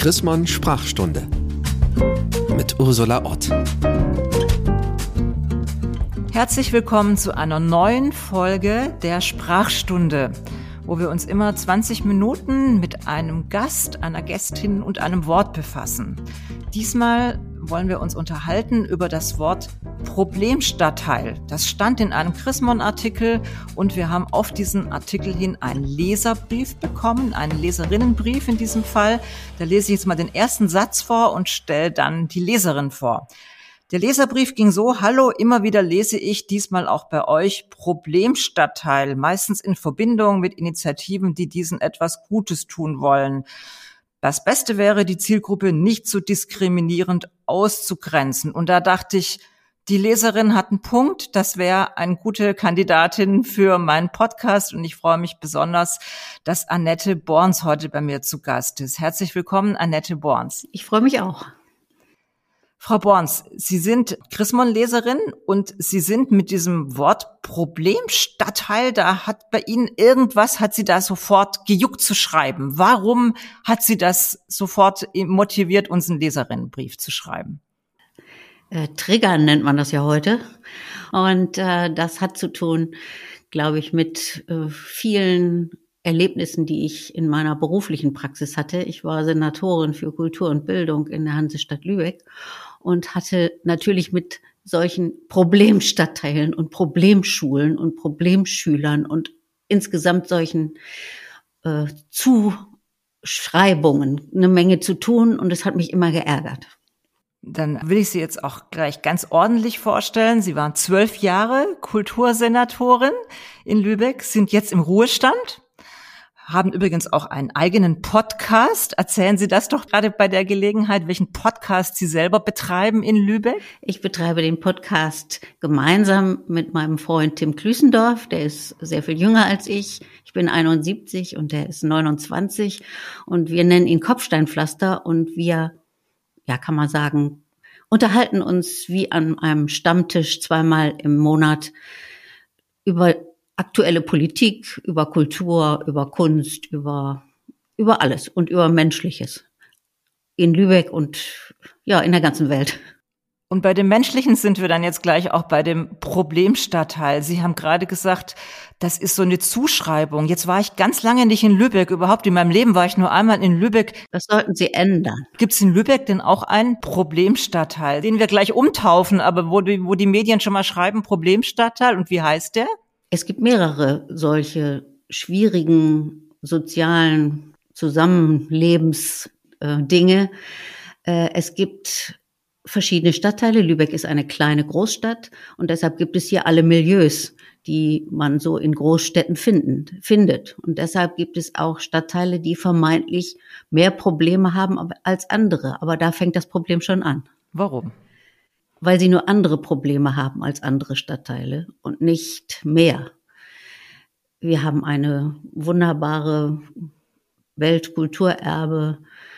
Chrismon Sprachstunde mit Ursula Ott. Herzlich willkommen zu einer neuen Folge der Sprachstunde, wo wir uns immer 20 Minuten mit einem Gast, einer Gästin und einem Wort befassen. Diesmal wollen wir uns unterhalten über das Wort Problemstadtteil. Das stand in einem Chrismon-Artikel und wir haben auf diesen Artikel hin einen Leserbrief bekommen, einen Leserinnenbrief in diesem Fall. Da lese ich jetzt mal den ersten Satz vor und stelle dann die Leserin vor. Der Leserbrief ging so: Hallo, immer wieder lese ich, diesmal auch bei euch, Problemstadtteil, meistens in Verbindung mit Initiativen, die diesen etwas Gutes tun wollen. Das Beste wäre, die Zielgruppe nicht so diskriminierend auszugrenzen. Und da dachte ich, die Leserin hat einen Punkt, das wäre eine gute Kandidatin für meinen Podcast. Und ich freue mich besonders, dass Annette Borns heute bei mir zu Gast ist. Herzlich willkommen, Annette Borns. Ich freue mich auch. Frau Borns, Sie sind Chrismon-Leserin und Sie sind mit diesem Wort Problemstadtteil, da hat bei Ihnen irgendwas, hat Sie da sofort gejuckt zu schreiben. Warum hat Sie das sofort motiviert, uns einen Leserinnenbrief zu schreiben? Triggern nennt man das ja heute. Und das hat zu tun, glaube ich, mit vielen Erlebnissen, die ich in meiner beruflichen Praxis hatte. Ich war Senatorin für Kultur und Bildung in der Hansestadt Lübeck und hatte natürlich mit solchen Problemstadtteilen und Problemschulen und Problemschülern und insgesamt solchen Zuschreibungen eine Menge zu tun, und es hat mich immer geärgert. Dann will ich Sie jetzt auch gleich ganz ordentlich vorstellen. Sie waren 12 Jahre Kultursenatorin in Lübeck, sind jetzt im Ruhestand, haben übrigens auch einen eigenen Podcast. Erzählen Sie das doch gerade bei der Gelegenheit, welchen Podcast Sie selber betreiben in Lübeck. Ich betreibe den Podcast gemeinsam mit meinem Freund Tim Klüssendorf. Der ist sehr viel jünger als ich. Ich bin 71 und der ist 29. Und wir nennen ihn Kopfsteinpflaster. Und wir, ja, kann man sagen, unterhalten uns wie an einem Stammtisch zweimal im Monat über aktuelle Politik, über Kultur, über Kunst, über alles und über Menschliches in Lübeck und ja, in der ganzen Welt. Und bei dem Menschlichen sind wir dann jetzt gleich auch bei dem Problemstadtteil. Sie haben gerade gesagt, das ist so eine Zuschreibung. Jetzt war ich ganz lange nicht in Lübeck. Überhaupt in meinem Leben war ich nur einmal in Lübeck. Das sollten Sie ändern. Gibt es in Lübeck denn auch einen Problemstadtteil, den wir gleich umtaufen, aber wo die Medien schon mal schreiben, Problemstadtteil? Und wie heißt der? Es gibt mehrere solche schwierigen sozialen Zusammenlebensdinge. Es gibt verschiedene Stadtteile. Lübeck ist eine kleine Großstadt und deshalb gibt es hier alle Milieus, die man so in Großstädten findet. Und deshalb gibt es auch Stadtteile, die vermeintlich mehr Probleme haben als andere. Aber da fängt das Problem schon an. Warum? Weil sie nur andere Probleme haben als andere Stadtteile und nicht mehr. Wir haben eine wunderbare Weltkulturerbe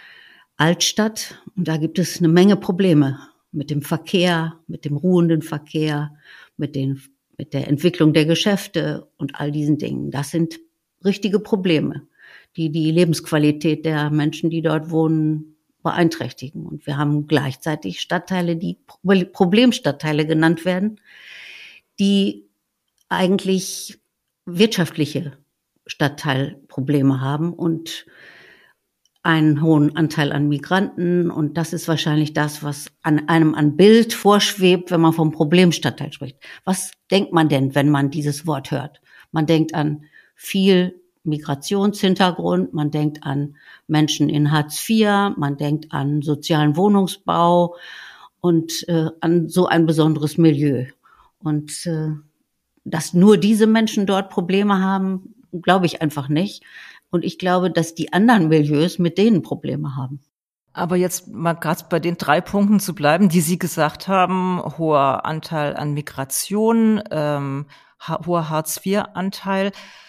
Altstadt und da gibt es eine Menge Probleme mit dem Verkehr, mit dem ruhenden Verkehr, mit der Entwicklung der Geschäfte und all diesen Dingen. Das sind richtige Probleme, die die Lebensqualität der Menschen, die dort wohnen, beeinträchtigen. Und wir haben gleichzeitig Stadtteile, die Problemstadtteile genannt werden, die eigentlich wirtschaftliche Stadtteilprobleme haben und einen hohen Anteil an Migranten. Und das ist wahrscheinlich das, was einem an Bild vorschwebt, wenn man vom Problemstadtteil spricht. Was denkt man denn, wenn man dieses Wort hört? Man denkt an viel Migrationshintergrund, man denkt an Menschen in Hartz IV, man denkt an sozialen Wohnungsbau und an so ein besonderes Milieu. Und dass nur diese Menschen dort Probleme haben, glaube ich einfach nicht. Und ich glaube, dass die anderen Milieus mit denen Probleme haben. Aber jetzt mal gerade bei den 3 Punkten zu bleiben, die Sie gesagt haben: hoher Anteil an Migration, hoher Hartz-IV-Anteil.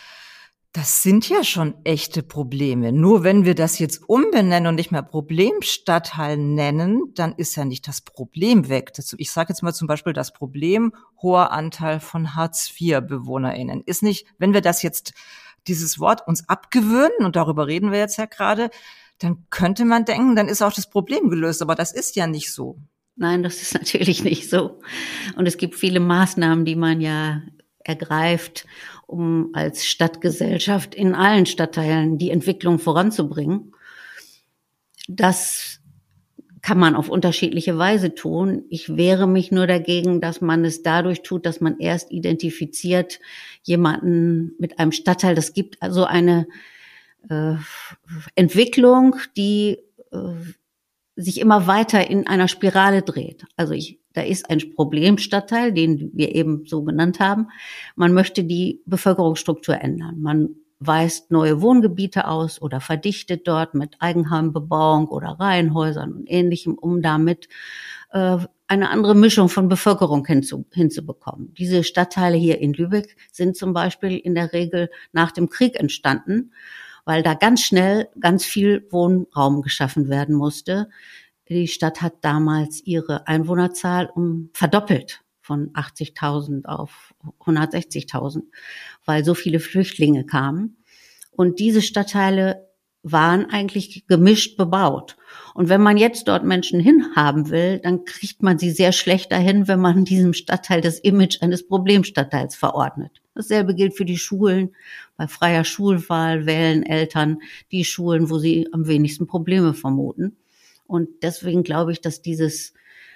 Das sind ja schon echte Probleme. Nur wenn wir das jetzt umbenennen und nicht mehr Problemstadtteil nennen, dann ist ja nicht das Problem weg. Ich sage jetzt mal zum Beispiel das Problem hoher Anteil von Hartz-IV-BewohnerInnen. Ist nicht, wenn wir das jetzt, dieses Wort uns abgewöhnen, und darüber reden wir jetzt ja gerade, Dann könnte man denken, dann ist auch das Problem gelöst, aber das ist ja nicht so. Nein, das ist natürlich nicht so. Und es gibt viele Maßnahmen, die man ja ergreift, um als Stadtgesellschaft in allen Stadtteilen die Entwicklung voranzubringen. Das kann man auf unterschiedliche Weise tun. Ich wehre mich nur dagegen, dass man es dadurch tut, dass man erst identifiziert jemanden mit einem Stadtteil. Das gibt also eine Entwicklung, die sich immer weiter in einer Spirale dreht. Also da ist ein Problemstadtteil, den wir eben so genannt haben. Man möchte die Bevölkerungsstruktur ändern. Man weist neue Wohngebiete aus oder verdichtet dort mit Eigenheimbebauung oder Reihenhäusern und Ähnlichem, um damit eine andere Mischung von Bevölkerung hinzubekommen. Diese Stadtteile hier in Lübeck sind zum Beispiel in der Regel nach dem Krieg entstanden, weil da ganz schnell ganz viel Wohnraum geschaffen werden musste. Die Stadt hat damals ihre Einwohnerzahl verdoppelt, von 80.000 auf 160.000, weil so viele Flüchtlinge kamen. Und diese Stadtteile waren eigentlich gemischt bebaut. Und wenn man jetzt dort Menschen hinhaben will, dann kriegt man sie sehr schlecht dahin, wenn man diesem Stadtteil das Image eines Problemstadtteils verordnet. Dasselbe gilt für die Schulen. Bei freier Schulwahl wählen Eltern die Schulen, wo sie am wenigsten Probleme vermuten. Und deswegen glaube ich, dass dieses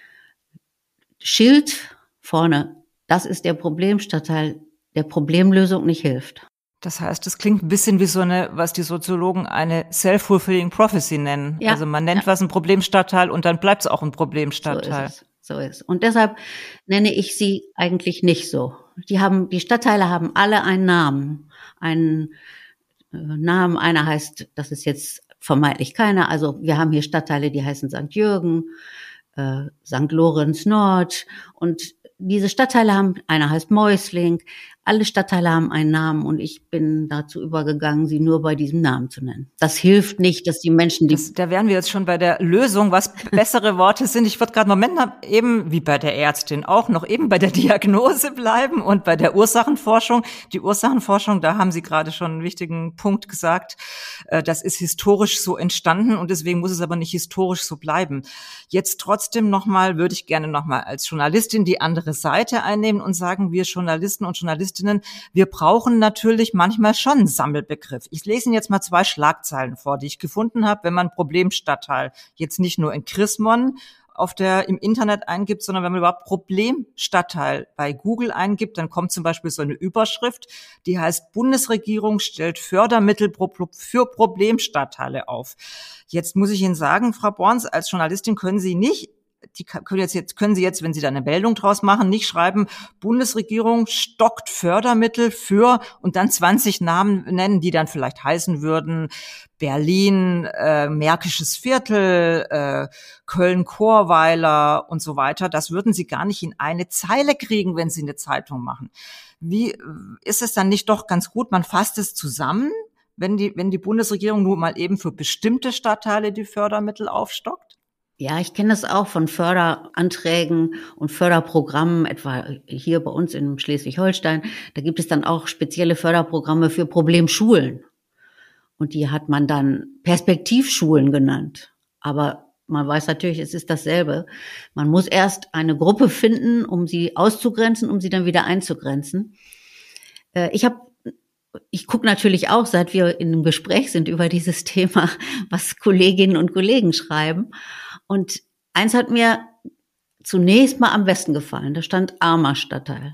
Schild vorne, das ist der Problemstadtteil, der Problemlösung nicht hilft. Das heißt, es klingt ein bisschen wie so was die Soziologen eine self-fulfilling prophecy nennen. Ja, also man nennt was ein Problemstadtteil und dann bleibt es auch ein Problemstadtteil. So ist es. Und deshalb nenne ich sie eigentlich nicht so. Die Stadtteile haben alle einen Namen. Einen Namen, einer heißt, das ist jetzt vermeintlich keiner. Also wir haben hier Stadtteile, die heißen St. Jürgen, St. Lorenz Nord, und diese Stadtteile einer heißt Mäusling. Alle Stadtteile haben einen Namen und ich bin dazu übergegangen, sie nur bei diesem Namen zu nennen. Das hilft nicht, dass die Menschen da wären wir jetzt schon bei der Lösung, was bessere Worte sind. Ich würde gerade Moment eben, wie bei der Ärztin auch, noch eben bei der Diagnose bleiben und bei der Ursachenforschung. Die Ursachenforschung, da haben Sie gerade schon einen wichtigen Punkt gesagt. Das ist historisch so entstanden und deswegen muss es aber nicht historisch so bleiben. Jetzt trotzdem würde ich gerne nochmal als Journalistin die andere Seite einnehmen und sagen, wir Journalisten und Journalistinnen, wir brauchen natürlich manchmal schon einen Sammelbegriff. Ich lese Ihnen jetzt mal 2 Schlagzeilen vor, die ich gefunden habe, wenn man Problemstadtteil jetzt nicht nur in Chrismon im Internet eingibt, sondern wenn man überhaupt Problemstadtteil bei Google eingibt, dann kommt zum Beispiel so eine Überschrift, die heißt: Bundesregierung stellt Fördermittel für Problemstadtteile auf. Jetzt muss ich Ihnen sagen, Frau Borns, als Journalistin können Sie jetzt, wenn Sie da eine Meldung draus machen, nicht schreiben, Bundesregierung stockt Fördermittel für und dann 20 Namen nennen, die dann vielleicht heißen würden Berlin, Märkisches Viertel, Köln-Chorweiler und so weiter. Das würden Sie gar nicht in eine Zeile kriegen, wenn Sie eine Zeitung machen. Wie ist es dann nicht doch ganz gut, man fasst es zusammen, wenn die Bundesregierung nur mal eben für bestimmte Stadtteile die Fördermittel aufstockt? Ja, ich kenne das auch von Förderanträgen und Förderprogrammen, etwa hier bei uns in Schleswig-Holstein. Da gibt es dann auch spezielle Förderprogramme für Problemschulen. Und die hat man dann Perspektivschulen genannt. Aber man weiß natürlich, es ist dasselbe. Man muss erst eine Gruppe finden, um sie auszugrenzen, um sie dann wieder einzugrenzen. Ich gucke natürlich auch, seit wir in einem Gespräch sind über dieses Thema, was Kolleginnen und Kollegen schreiben. Und eins hat mir zunächst mal am besten gefallen. Da stand armer Stadtteil.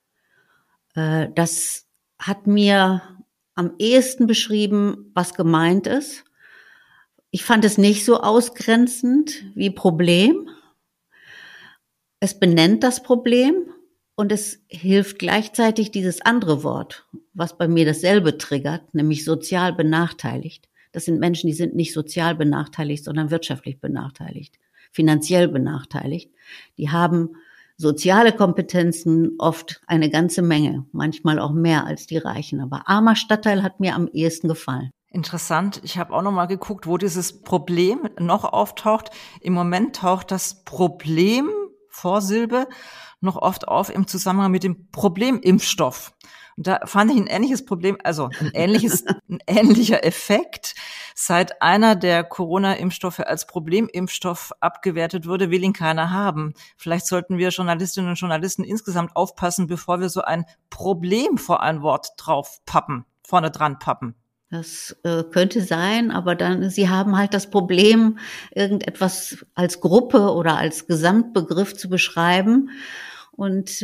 Das hat mir am ehesten beschrieben, was gemeint ist. Ich fand es nicht so ausgrenzend wie Problem. Es benennt das Problem und es hilft gleichzeitig dieses andere Wort, was bei mir dasselbe triggert, nämlich sozial benachteiligt. Das sind Menschen, die sind nicht sozial benachteiligt, sondern wirtschaftlich benachteiligt, finanziell benachteiligt. Die haben soziale Kompetenzen, oft eine ganze Menge, manchmal auch mehr als die Reichen. Aber armer Stadtteil hat mir am ehesten gefallen. Interessant. Ich habe auch noch mal geguckt, wo dieses Problem noch auftaucht. Im Moment taucht das Problem, Vorsilbe, noch oft auf im Zusammenhang mit dem Problemimpfstoff. Und da fand ich ein ähnliches Problem, also ein ähnlicher Effekt. Seit einer der Corona-Impfstoffe als Problemimpfstoff abgewertet wurde, will ihn keiner haben. Vielleicht sollten wir Journalistinnen und Journalisten insgesamt aufpassen, bevor wir so ein Problem vor ein Wort vorne dran pappen. Das könnte sein, aber dann, Sie haben halt das Problem, irgendetwas als Gruppe oder als Gesamtbegriff zu beschreiben. Und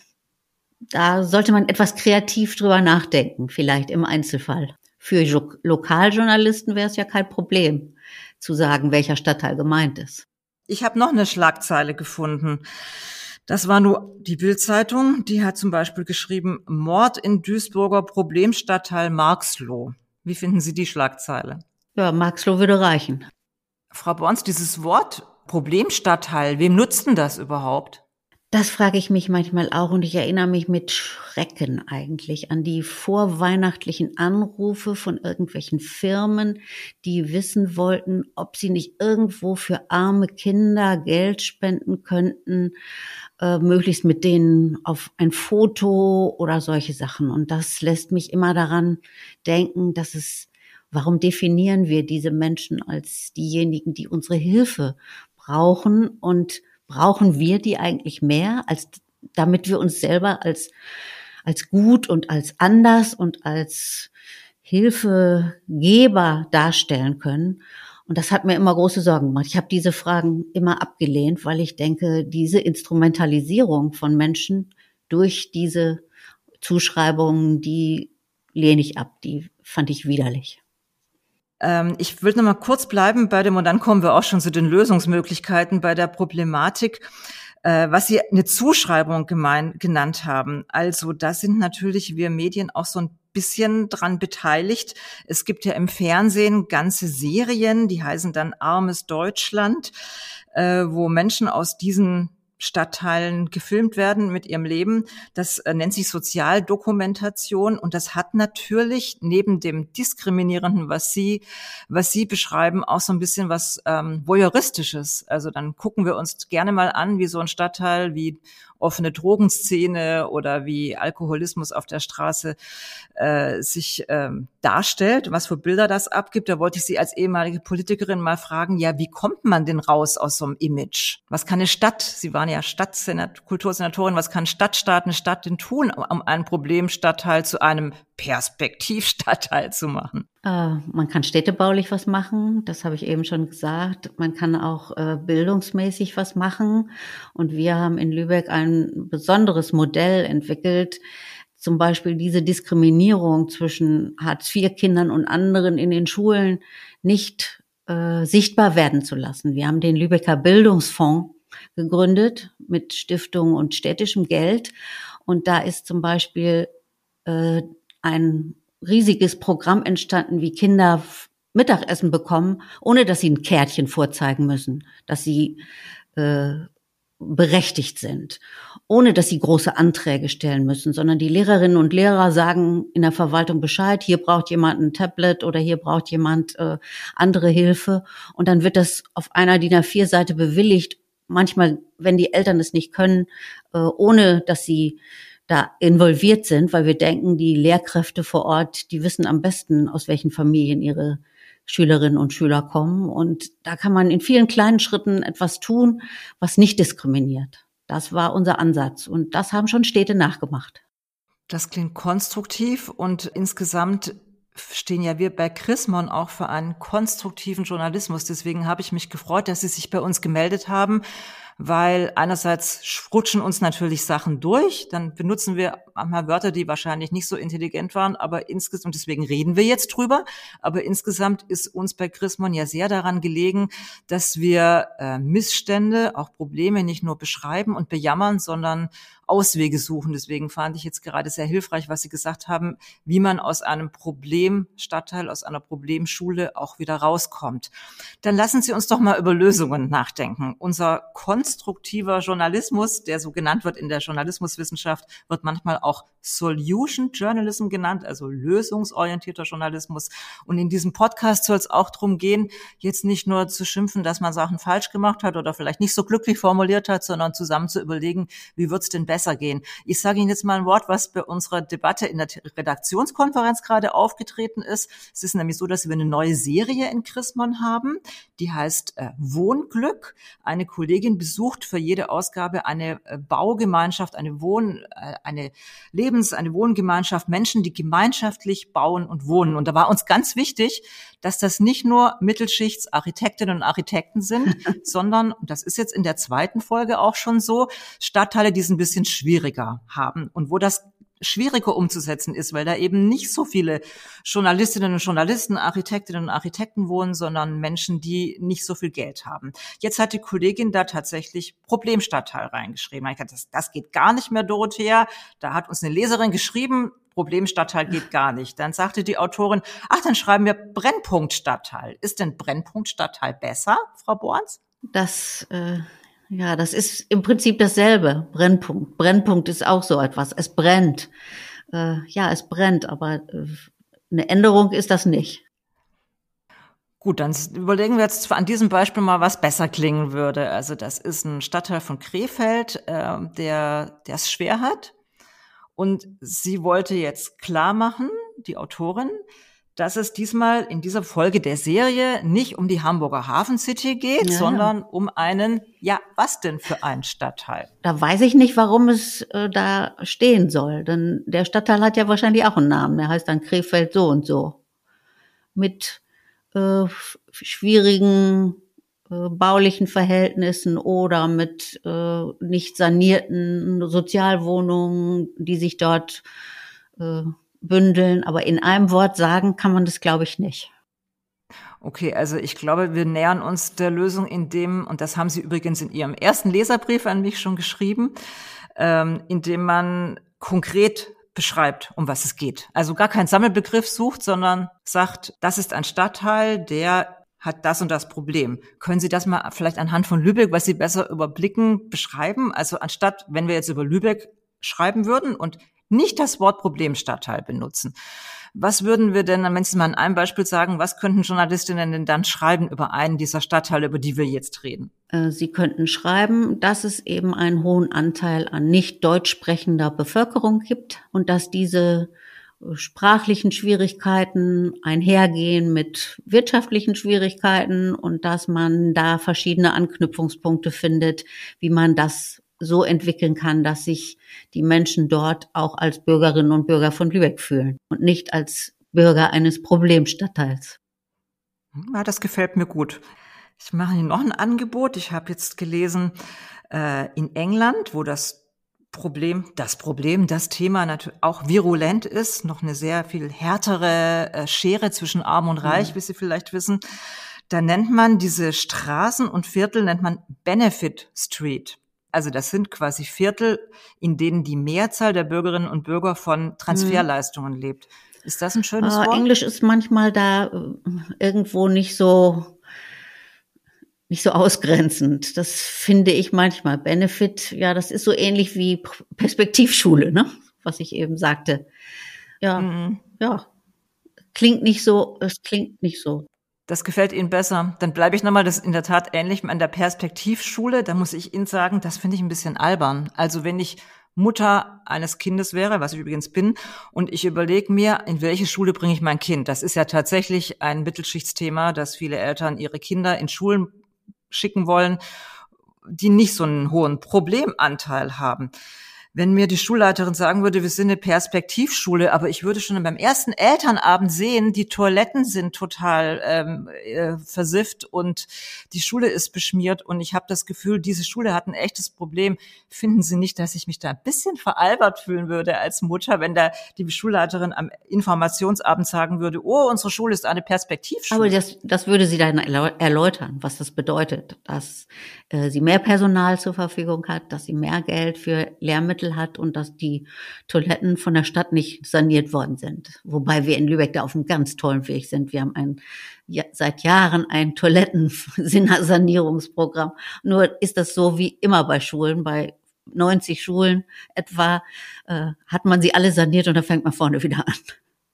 da sollte man etwas kreativ drüber nachdenken, vielleicht im Einzelfall. Für Lokaljournalisten wäre es ja kein Problem, zu sagen, welcher Stadtteil gemeint ist. Ich habe noch eine Schlagzeile gefunden. Das war nur die Bild-Zeitung. Die hat zum Beispiel geschrieben, Mord in Duisburger Problemstadtteil Marxloh. Wie finden Sie die Schlagzeile? Ja, Marxloh würde reichen. Frau Borns, dieses Wort Problemstadtteil, wem nutzt denn das überhaupt? Das frage ich mich manchmal auch und ich erinnere mich mit Schrecken eigentlich an die vorweihnachtlichen Anrufe von irgendwelchen Firmen, die wissen wollten, ob sie nicht irgendwo für arme Kinder Geld spenden könnten, möglichst mit denen auf ein Foto oder solche Sachen. Und das lässt mich immer daran denken, warum definieren wir diese Menschen als diejenigen, die unsere Hilfe brauchen, und brauchen wir die eigentlich mehr, als damit wir uns selber als gut und als anders und als Hilfegeber darstellen können? Und das hat mir immer große Sorgen gemacht. Ich habe diese Fragen immer abgelehnt, weil ich denke, diese Instrumentalisierung von Menschen durch diese Zuschreibungen, die lehne ich ab, die fand ich widerlich. Ich will noch mal kurz bleiben bei dem, und dann kommen wir auch schon zu den Lösungsmöglichkeiten bei der Problematik, was Sie eine Zuschreibung genannt haben. Also da sind natürlich wir Medien auch so ein bisschen dran beteiligt. Es gibt ja im Fernsehen ganze Serien, die heißen dann Armes Deutschland, wo Menschen aus diesen Stadtteilen gefilmt werden mit ihrem Leben. Das nennt sich Sozialdokumentation, und das hat natürlich neben dem Diskriminierenden, was Sie beschreiben, auch so ein bisschen was Voyeuristisches. Also dann gucken wir uns gerne mal an, wie so ein Stadtteil wie offene Drogenszene oder wie Alkoholismus auf der Straße sich darstellt, was für Bilder das abgibt. Da wollte ich Sie als ehemalige Politikerin mal fragen, ja, wie kommt man denn raus aus so einem Image? Was kann eine Stadt, Sie waren ja Kultursenatorin, was kann eine Stadt denn tun, um einen Problemstadtteil zu einem Perspektivstadtteil zu machen? Man kann städtebaulich was machen, das habe ich eben schon gesagt. Man kann auch bildungsmäßig was machen. Und wir haben in Lübeck ein besonderes Modell entwickelt, zum Beispiel diese Diskriminierung zwischen Hartz-IV-Kindern und anderen in den Schulen nicht sichtbar werden zu lassen. Wir haben den Lübecker Bildungsfonds gegründet mit Stiftungen und städtischem Geld. Und da ist zum Beispiel ein riesiges Programm entstanden, wie Kinder Mittagessen bekommen, ohne dass sie ein Kärtchen vorzeigen müssen, dass sie berechtigt sind, ohne dass sie große Anträge stellen müssen, sondern die Lehrerinnen und Lehrer sagen in der Verwaltung Bescheid, hier braucht jemand ein Tablet oder hier braucht jemand andere Hilfe, und dann wird das auf einer DIN A4-Seite bewilligt, manchmal, wenn die Eltern es nicht können, ohne dass sie da involviert sind, weil wir denken, die Lehrkräfte vor Ort, die wissen am besten, aus welchen Familien ihre Schülerinnen und Schüler kommen. Und da kann man in vielen kleinen Schritten etwas tun, was nicht diskriminiert. Das war unser Ansatz. Und das haben schon Städte nachgemacht. Das klingt konstruktiv, und insgesamt stehen ja wir bei Chrismon auch für einen konstruktiven Journalismus. Deswegen habe ich mich gefreut, dass Sie sich bei uns gemeldet haben, weil einerseits rutschen uns natürlich Sachen durch, dann benutzen wir manchmal Wörter, die wahrscheinlich nicht so intelligent waren, aber insgesamt, deswegen reden wir jetzt drüber, aber insgesamt ist uns bei Chrismon ja sehr daran gelegen, dass wir Missstände, auch Probleme nicht nur beschreiben und bejammern, sondern Auswege suchen. Deswegen fand ich jetzt gerade sehr hilfreich, was Sie gesagt haben, wie man aus einem Problemstadtteil, aus einer Problemschule auch wieder rauskommt. Dann lassen Sie uns doch mal über Lösungen nachdenken. Unser konstruktiver Journalismus, der so genannt wird in der Journalismuswissenschaft, wird manchmal auch Solution Journalism genannt, also lösungsorientierter Journalismus. Und in diesem Podcast soll es auch darum gehen, jetzt nicht nur zu schimpfen, dass man Sachen falsch gemacht hat oder vielleicht nicht so glücklich formuliert hat, sondern zusammen zu überlegen, wie wird es denn besser besser gehen. Ich sage Ihnen jetzt mal ein Wort, was bei unserer Debatte in der Redaktionskonferenz gerade aufgetreten ist. Es ist nämlich so, dass wir eine neue Serie in Chrismon haben, die heißt Wohnglück. Eine Kollegin besucht für jede Ausgabe eine Baugemeinschaft, eine Wohngemeinschaft, Menschen, die gemeinschaftlich bauen und wohnen. Und da war uns ganz wichtig, dass das nicht nur Mittelschichts-Architektinnen und Architekten sind, sondern, und das ist jetzt in der zweiten Folge auch schon so, Stadtteile, die es ein bisschen schwieriger haben und wo das schwieriger umzusetzen ist, weil da eben nicht so viele Journalistinnen und Journalisten, Architektinnen und Architekten wohnen, sondern Menschen, die nicht so viel Geld haben. Jetzt hat die Kollegin da tatsächlich Problemstadtteil reingeschrieben. Ich dachte, das geht gar nicht mehr, Dorothea. Da hat uns eine Leserin geschrieben, Problemstadtteil geht gar nicht. Dann sagte die Autorin, dann schreiben wir Brennpunktstadtteil. Ist denn Brennpunktstadtteil besser, Frau Borns? Das ist im Prinzip dasselbe. Brennpunkt. Brennpunkt ist auch so etwas. Es brennt. Es brennt, aber eine Änderung ist das nicht. Gut, dann überlegen wir jetzt an diesem Beispiel mal, was besser klingen würde. Also das ist ein Stadtteil von Krefeld, der es schwer hat. Und sie wollte jetzt klar machen, die Autorin, dass es diesmal in dieser Folge der Serie nicht um die Hamburger Hafen City geht, sondern um einen, was denn für einen Stadtteil? Da weiß ich nicht, warum es da stehen soll, denn der Stadtteil hat ja wahrscheinlich auch einen Namen, der heißt dann Krefeld so und so. Mit schwierigen baulichen Verhältnissen oder mit nicht sanierten Sozialwohnungen, die sich dort bündeln. Aber in einem Wort sagen kann man das, glaube ich, nicht. Okay, also ich glaube, wir nähern uns der Lösung und das haben Sie übrigens in Ihrem ersten Leserbrief an mich schon geschrieben, indem man konkret beschreibt, um was es geht. Also gar keinen Sammelbegriff sucht, sondern sagt, das ist ein Stadtteil, der hat das und das Problem. Können Sie das mal vielleicht anhand von Lübeck, was Sie besser überblicken, beschreiben? Also anstatt, wenn wir jetzt über Lübeck schreiben würden und nicht das Wort Problemstadtteil benutzen, was würden wir denn, wenn Sie mal an einem Beispiel sagen, was könnten Journalistinnen denn dann schreiben über einen dieser Stadtteile, über die wir jetzt reden? Sie könnten schreiben, dass es eben einen hohen Anteil an nicht deutsch sprechender Bevölkerung gibt und dass diese sprachlichen Schwierigkeiten einhergehen mit wirtschaftlichen Schwierigkeiten und dass man da verschiedene Anknüpfungspunkte findet, wie man das so entwickeln kann, dass sich die Menschen dort auch als Bürgerinnen und Bürger von Lübeck fühlen und nicht als Bürger eines Problemstadtteils. Ja, das gefällt mir gut. Ich mache Ihnen noch ein Angebot. Ich habe jetzt gelesen, in England, wo das Thema natürlich auch virulent ist, noch eine sehr viel härtere Schere zwischen Arm und Reich, wie Sie vielleicht wissen. Da nennt man diese Straßen und Viertel Benefit Street. Also das sind quasi Viertel, in denen die Mehrzahl der Bürgerinnen und Bürger von Transferleistungen lebt. Ist das ein schönes Wort? Englisch ist manchmal da irgendwo nicht so ausgrenzend. Das finde ich manchmal. Benefit, das ist so ähnlich wie Perspektivschule, ne? Was ich eben sagte. Klingt nicht so. Das gefällt Ihnen besser. Dann bleibe ich nochmal, das ist in der Tat ähnlich an der Perspektivschule. Da muss ich Ihnen sagen, das finde ich ein bisschen albern. Also wenn ich Mutter eines Kindes wäre, was ich übrigens bin, und ich überlege mir, in welche Schule bringe ich mein Kind? Das ist ja tatsächlich ein Mittelschichtsthema, dass viele Eltern ihre Kinder in Schulen schicken wollen, die nicht so einen hohen Problemanteil haben. Wenn mir die Schulleiterin sagen würde, wir sind eine Perspektivschule, aber ich würde schon beim ersten Elternabend sehen, die Toiletten sind total versifft und die Schule ist beschmiert und ich habe das Gefühl, diese Schule hat ein echtes Problem. Finden Sie nicht, dass ich mich da ein bisschen veralbert fühlen würde als Mutter, wenn da die Schulleiterin am Informationsabend sagen würde, oh, unsere Schule ist eine Perspektivschule? Aber das würde sie dann erläutern, was das bedeutet, dass sie mehr Personal zur Verfügung hat, dass sie mehr Geld für Lehrmittel hat und dass die Toiletten von der Stadt nicht saniert worden sind. Wobei wir in Lübeck da auf einem ganz tollen Weg sind. Wir haben seit Jahren ein Toilettensanierungsprogramm. Nur ist das so wie immer bei Schulen, bei 90 Schulen etwa, hat man sie alle saniert und dann fängt man vorne wieder an.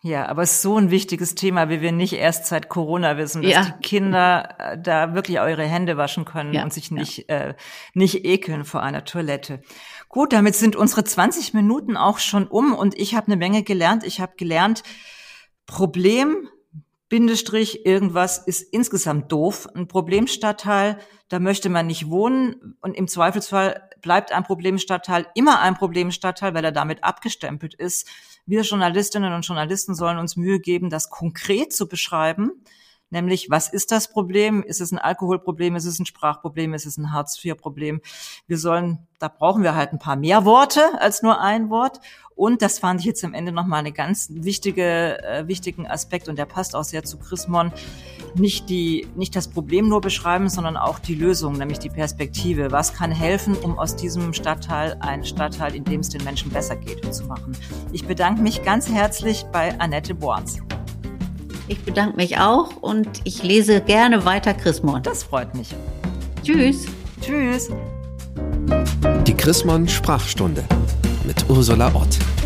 Ja, aber es ist so ein wichtiges Thema, wie wir nicht erst seit Corona wissen, dass die Kinder da wirklich eure Hände waschen können und sich nicht ekeln vor einer Toilette. Gut, damit sind unsere 20 Minuten auch schon um und ich habe eine Menge gelernt. Ich habe gelernt, Problem, Bindestrich, irgendwas ist insgesamt doof. Ein Problemstadtteil, da möchte man nicht wohnen und im Zweifelsfall bleibt ein Problemstadtteil immer ein Problemstadtteil, weil er damit abgestempelt ist. Wir Journalistinnen und Journalisten sollen uns Mühe geben, das konkret zu beschreiben, nämlich was ist das Problem? Ist es ein Alkoholproblem? Ist es ein Sprachproblem? Ist es ein Hartz-IV-Problem? Da brauchen wir halt ein paar mehr Worte als nur ein Wort. Und das fand ich jetzt am Ende nochmal einen ganz wichtigen Aspekt und der passt auch sehr zu Chris Mon. Nicht das Problem nur beschreiben, sondern auch die Lösung, nämlich die Perspektive. Was kann helfen, um aus diesem Stadtteil einen Stadtteil, in dem es den Menschen besser geht, zu machen? Ich bedanke mich ganz herzlich bei Annette Borns. Ich bedanke mich auch und ich lese gerne weiter Chris Mon. Das freut mich. Tschüss. Tschüss. Die Chris Mon Sprachstunde mit Ursula Ott.